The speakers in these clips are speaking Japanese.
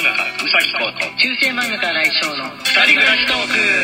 画家うさぎこと中世漫画家来翔の二人暮らしトー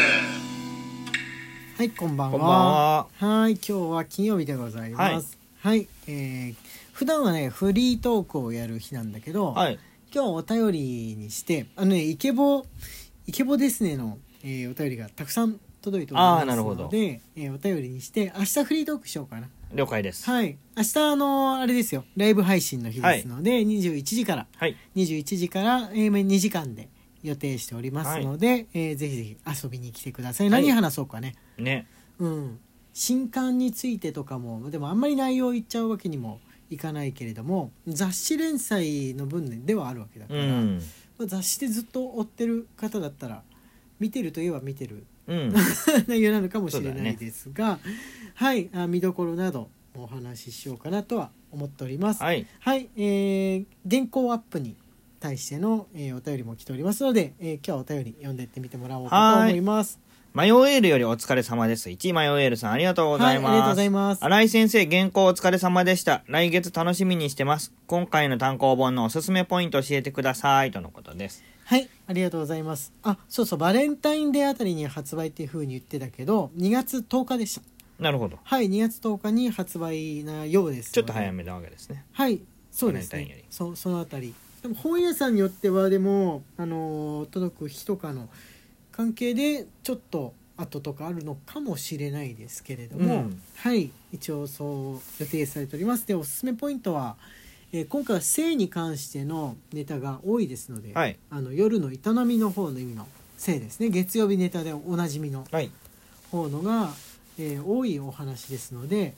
ク。 はい、こんばんは。 こんばんは。 はい、今日は金曜日でございます。はい、普段はねフリートークをやる日なんだけど、 はい。 今日お便りにしてイケボですねの、お便りがたくさん届いておりますなるほどので、お便りにして明日フリートークしようかな。 了解です。 はい、明日あれですよ、ライブ配信の日ですので、21時からはい。 2時間で予定しておりますので、ぜひぜひ遊びに来てください。 はい何話そうかね。 ね。 新刊についてとかもでもあんまり内容を言っちゃうわけにもいかないけれども、雑誌連載の分ではあるわけだから、雑誌でずっと追ってる方だったら見てるといえば見てる内容なのかもしれないですが、はい、見どころなどお話ししようかなとは思っております。 はい。 はい、原稿アップに対しての、お便りも来ておりますので、今日はお便り読んでいってみてもらおうかと思います。 マヨエールよりお疲れ様です。1マヨエールさんありがとうございます。 はい、ありがとうございます。 新井先生、原稿お疲れ様でした。来月楽しみにしてます。今回の単行本のおすすめポイント教えてくださいとのことです。 はい、ありがとうございます。そうそう、バレンタインデーあたりに発売っていう風に言ってたけど、2月10日でした。 なるほど。 はい、2月10日に発売なようです。 ちょっと早めなわけですね。 はい、そうですバレンタインよね。 りそのあたり。でも本屋さんによってはでも届く日とかの関係でちょっと後とかあるのかもしれないですけれども、はい、一応そう予定されております。で、おすすめポイントは、今回は性に関してのネタが多いですので、 はい。 夜の営みの方の意味の性ですね、月曜日ネタでおなじみのはい。 方のが、多いお話ですので、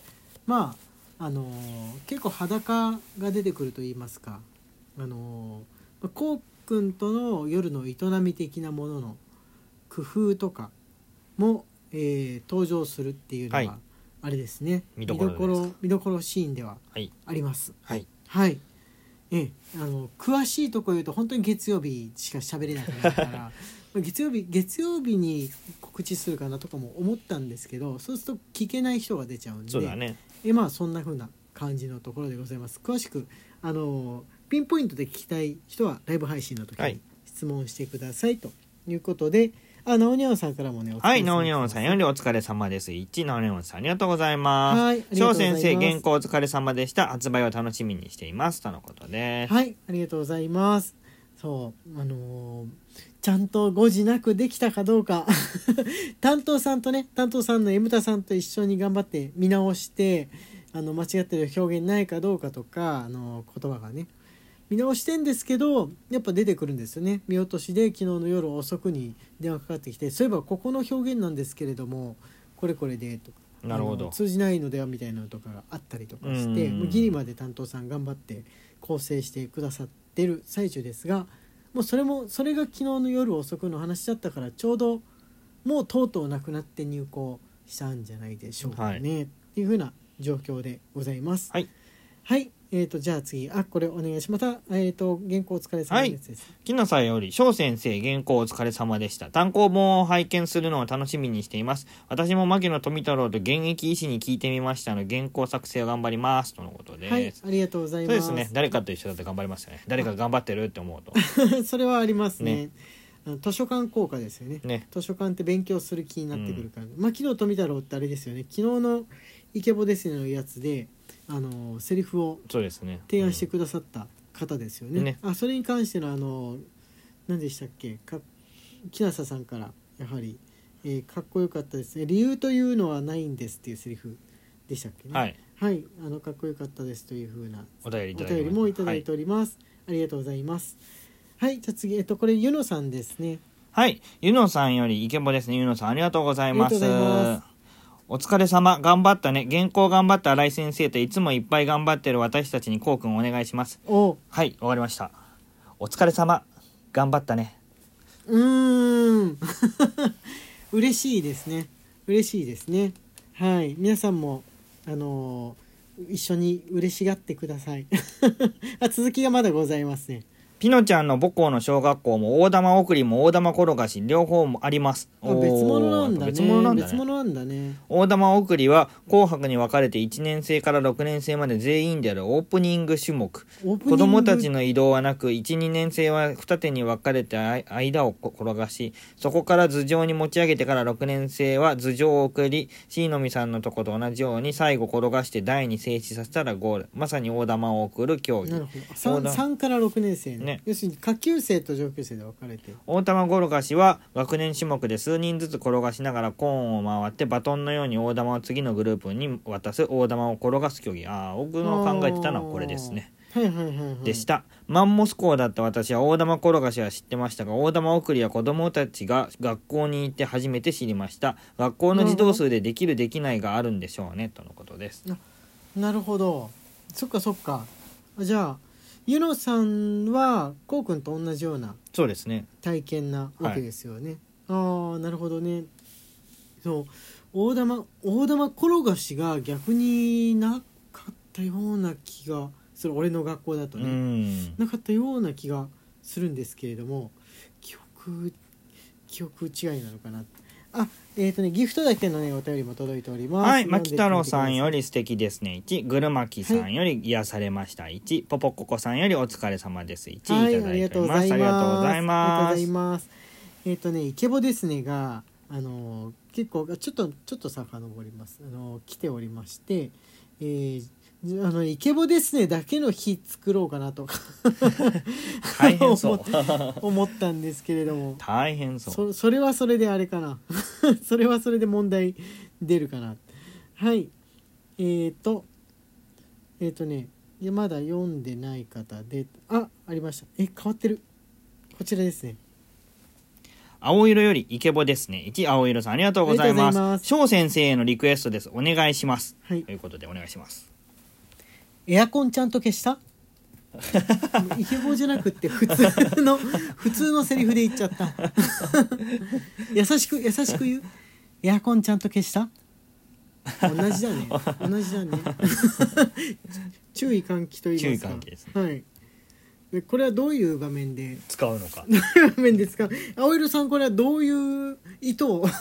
結構裸が出てくると言いますか、こうくんとの夜の営み的なものの工夫とかも、登場するっていうのは、 はいあれですね、 見どころシーンでははい。 あります。 はい。 はい、詳しいところ言うと本当に月曜日しか喋れなくなるから月曜日に告知するかなとかも思ったんですけど、そうすると聞けない人が出ちゃうんで、 そうだね。 そんな風な感じのところでございます。詳しくピンポイントで聞きたい人はライブ配信の時に質問してくださいということで、ナオニョンさんからもね、 はい。ノーニョンさんよりお疲れ様です。1ノーニョンさんありがとうございます。 はい、ありがとうございます。 翔先生、原稿お疲れ様でした。発売を楽しみにしていますとのことです。 はい、ありがとうございます。そうちゃんと誤字なくできたかどうか担当さんのエムタさんと一緒に頑張って見直して、間違ってる表現ないかどうかとか、言葉がね見直してんですけど、やっぱ出てくるんですよね。見落としで昨日の夜遅くに電話かかってきて、そういえばここの表現なんですけれどもこれこれでとか、 なるほど。 通じないのではみたいなのとかがあったりとかして、もうギリまで担当さん頑張って構成してくださってる最中ですが、もうそれが昨日の夜遅くの話だったから、ちょうどもうとうとうなくなって入稿したんじゃないでしょうかね、っていう風な状況でございます。 はい。 はい、じゃあ次これお願いします。また原稿お疲れ様です。 きなさんより翔先生、原稿お疲れ様でした。単行本を拝見するのを楽しみにしています。私も牧野富太郎と現役医師に聞いてみましたので、原稿作成を頑張りますとのことです。 はい、ありがとうございます。 そうですね、誰かと一緒だと頑張りますよね。誰か頑張ってるって思うとそれはありますね。図書館効果ですよね。 ね。 図書館って勉強する気になってくるから、牧野富太郎ってあれですよね、昨日のイケボですねのやつでセリフをそうですね、 提案してくださった方ですよね。それに関しての何でしたっけ、木下さんからやはり、かっこよかったですね。理由というのはないんですっていうセリフでしたっけね。 はい、 はい、かっこよかったですという風なお便りもいただいております。ありがとうございます。はい、じゃあ次これユノさんですね。 はい、ユノさんよりイケボですね。ユノさんありがとうございます。お疲れ様、頑張ったね。原稿頑張った新井先生といつもいっぱい頑張ってる私たちにこうくんお願いします。はい、わかりました。お疲れ様、頑張ったね。 嬉しいですね。嬉しいですね。はい、皆さんも一緒に嬉しがってください続きがまだございますね。 ピノちゃんの母校の小学校も大玉送りも大玉転がし両方もあります。 別物なんだね。 別物なんだね。 別物なんだね。 大玉送りは紅白に分かれて1年生から6年生まで全員であるオープニング種目。子供たちの移動はなく 1,2 年生は二手に分かれて間を転がし、そこから頭上に持ち上げてから6年生は頭上を送り、椎の実さんのとこと同じように最後転がして台に静止させたらゴール。まさに大玉を送る競技。 なるほど。3から6年生ね。要するに下級生と上級生で分かれて。 大玉転がしは学年種目で数人ずつ転がしながらコーンを回ってバトンのように大玉を次のグループに渡す大玉を転がす競技。僕の考えてたのはこれですね。でした。マンモス校だった私は大玉転がしは知ってましたが、大玉送りは子供たちが学校に行って初めて知りました。学校の児童数でできるできないがあるんでしょうねとのことです。 なるほど。そっかそっか。じゃあユノさんはこうくんと同じようなそうですね体験なわけですよね。なるほどね。そう大玉転がしが逆になかったような気がする。俺の学校だとねなかったような気がするんですけれども、記憶違いなのかな。ギフトだけのねお便りも届いております。 はい、牧太郎さんより素敵ですね1、ぐるまきさんより癒されました1、ポポココさんよりお疲れ様です1、いただいております。ありがとうございます。ありがとうございます。 イケボですねが結構ちょっと遡ります。来ておりまして、イケボですねだけの日作ろうかなとか大変そう思ったんですけれども、 大変そう。 それはそれであれかなそれはそれで問題出るかな。はい。まだ読んでない方でありました。変わってる。こちらですね。 青色よりイケボですね1、青色さんありがとうございます。翔先生へのリクエストです。お願いします、ということでお願いします。 エアコンちゃんと消したイケボじゃなくって普通のセリフで言っちゃった優しく言う。エアコンちゃんと消した。同じだね注意喚起と言いますか。 注意喚起ですね。 はい。でこれはどういう場面で使うのか。 どういう場面で使う。青色さんこれはどういう意図の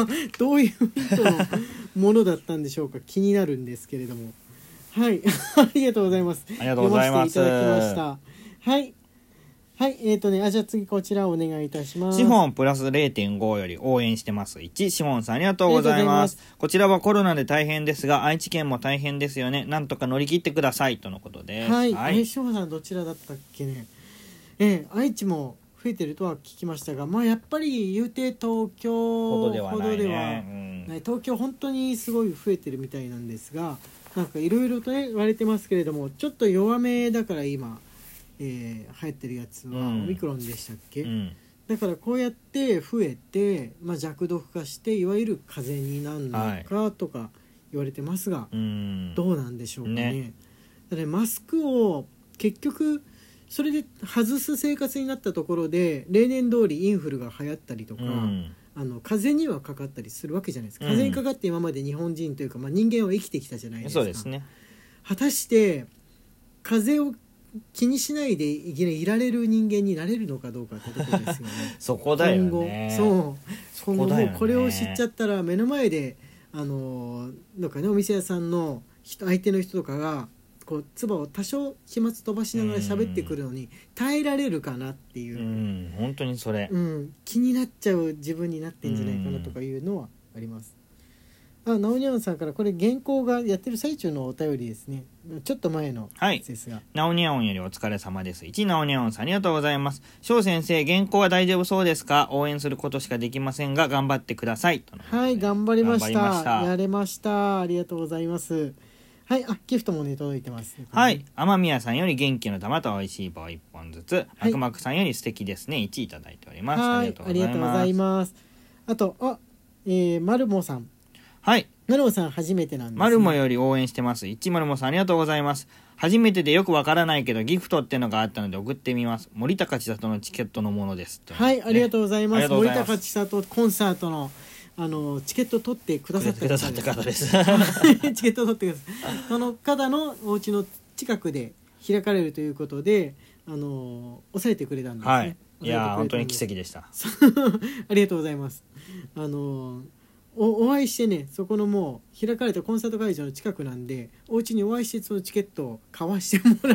ものだったんでしょうか。気になるんですけれども。はいありがとうございます。 ありがとうございます。 読ませていただきました。はいじゃあ次こちらお願いいたします。 シフォンプラス 0.5 より応援してます1、シフォンさんありがとうございます。こちらはコロナで大変ですが愛知県も大変ですよね。なんとか乗り切ってくださいとのことです。 シフォンさんどちらだったっけね。愛知も増えてるとは聞きましたが、やっぱり言うて東京ほどではない、東京本当にすごい増えてるみたいなんですが、なんかいろいろとね言われてますけれども、ちょっと弱めだから今、流行ってるやつはオミクロンでしたっけ、だからこうやって増えて、弱毒化していわゆる風邪になるのかとか言われてますが、どうなんでしょうかね。だからマスクを結局それで外す生活になったところで例年通りインフルが流行ったりとか、風邪にはかかったりするわけじゃないですか。風邪にかかって今まで日本人というか、人間は生きてきたじゃないですか。 そうですね。 果たして風邪を気にしないでいられる人間になれるのかどうかってところですよねそこだよね。 今後もうこれを知っちゃったら目の前でなんかねお店屋さんの相手の人とかがこう唾を多少飛沫飛ばしながら喋ってくるのに耐えられるかなっていう、 本当にそれ、 気になっちゃう自分になってんじゃないかなとかいうのはあります。ナオニャンさんからこれ原稿がやってる最中のお便りですね。ちょっと前のやつですが、 ナオニャオンよりお疲れ様です1、ナオニャオンさんありがとうございます。翔先生原稿は大丈夫そうですか。応援することしかできませんが頑張ってくださいと。 頑張りました。やれました。ありがとうございます。ギフトもね届いてます、 天宮さんより元気の玉と美味しい棒1本ずつ、マクマクさんより素敵ですね1いただいております。ありがとうございます。 あとマルモさん、マルモさん初めてなんです、 マルモより応援してます1、マルモさんありがとうございます。初めてでよくわからないけどギフトってのがあったので送ってみます。森高千里のチケットのものですありがとうございます。森高千里コンサートのチケット取ってくださった方ですチケット取ってください。その方のお家の近くで開かれるということで抑えてくれたんですね、 はい、いや本当に奇跡でしたありがとうございます。お会いしてね、そこのもう開かれたコンサート会場の近くなんで、お家にお会いしてそのチケットを買わしてもら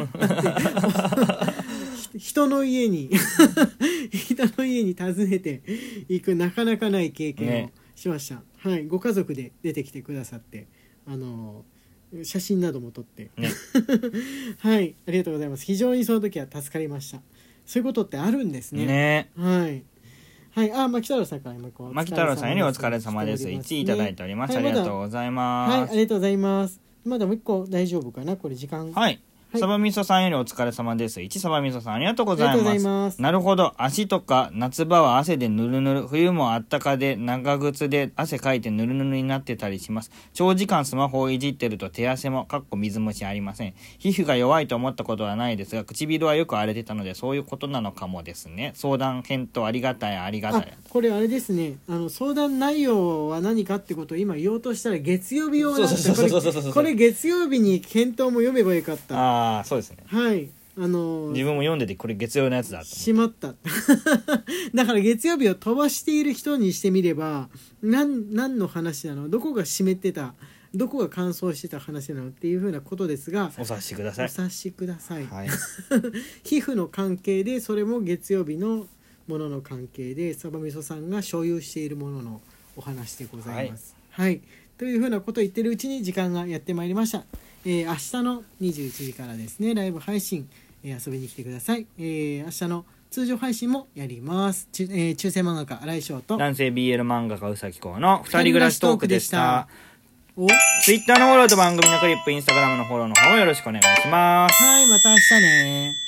って人の家に訪ねていくなかなかない経験をしました、ね。はい、ご家族で出てきてくださって写真なども撮って、ね、はいありがとうございます。非常にその時は助かりました。そういうことってあるんですね。 ね、 はいはい、牧太郎さんからも牧太郎さんよりお疲れ様です。1位いただいております、はい、ありがとうございます。 はい、ありがとうございます。まだもう一個大丈夫かな、これ時間。 はい、サバみそさんよりお疲れ様です。1サバみそさんありがとうございます。なるほど、足とか夏場は汗でぬるぬる、冬もあったかで長靴で汗かいてぬるぬるになってたりします。長時間スマホをいじってると手汗も水虫ありません。皮膚が弱いと思ったことはないですが、唇はよく荒れてたのでそういうことなのかもですね。相談返答ありがたい。 これあれですね、相談内容は何かってことを今言おうとしたら月曜日用なんで、これ月曜日に返答も読めばよかった。 そうですね。 はい。 自分も読んでてこれ月曜のやつだとしまっただから月曜日を飛ばしている人にしてみれば何の話なの、どこが湿ってた、どこが乾燥してた話なのっていうふうなことですが、 お察しください。 はい、皮膚の関係で、それも月曜日のものの関係で、サバみそさんが所有しているもののお話でございます。はい、というふうなことを言ってるうちに時間がやってまいりました。明日の21時からですね、ライブ配信、遊びに来てください。明日の通常配信もやります。中世漫画家新井翔と男性 BL 漫画家宇崎公の2人暮らしトークでした。 Twitter のフォローと番組のクリップ、Instagram のフォローの方もよろしくお願いします。 はい、また明日ね。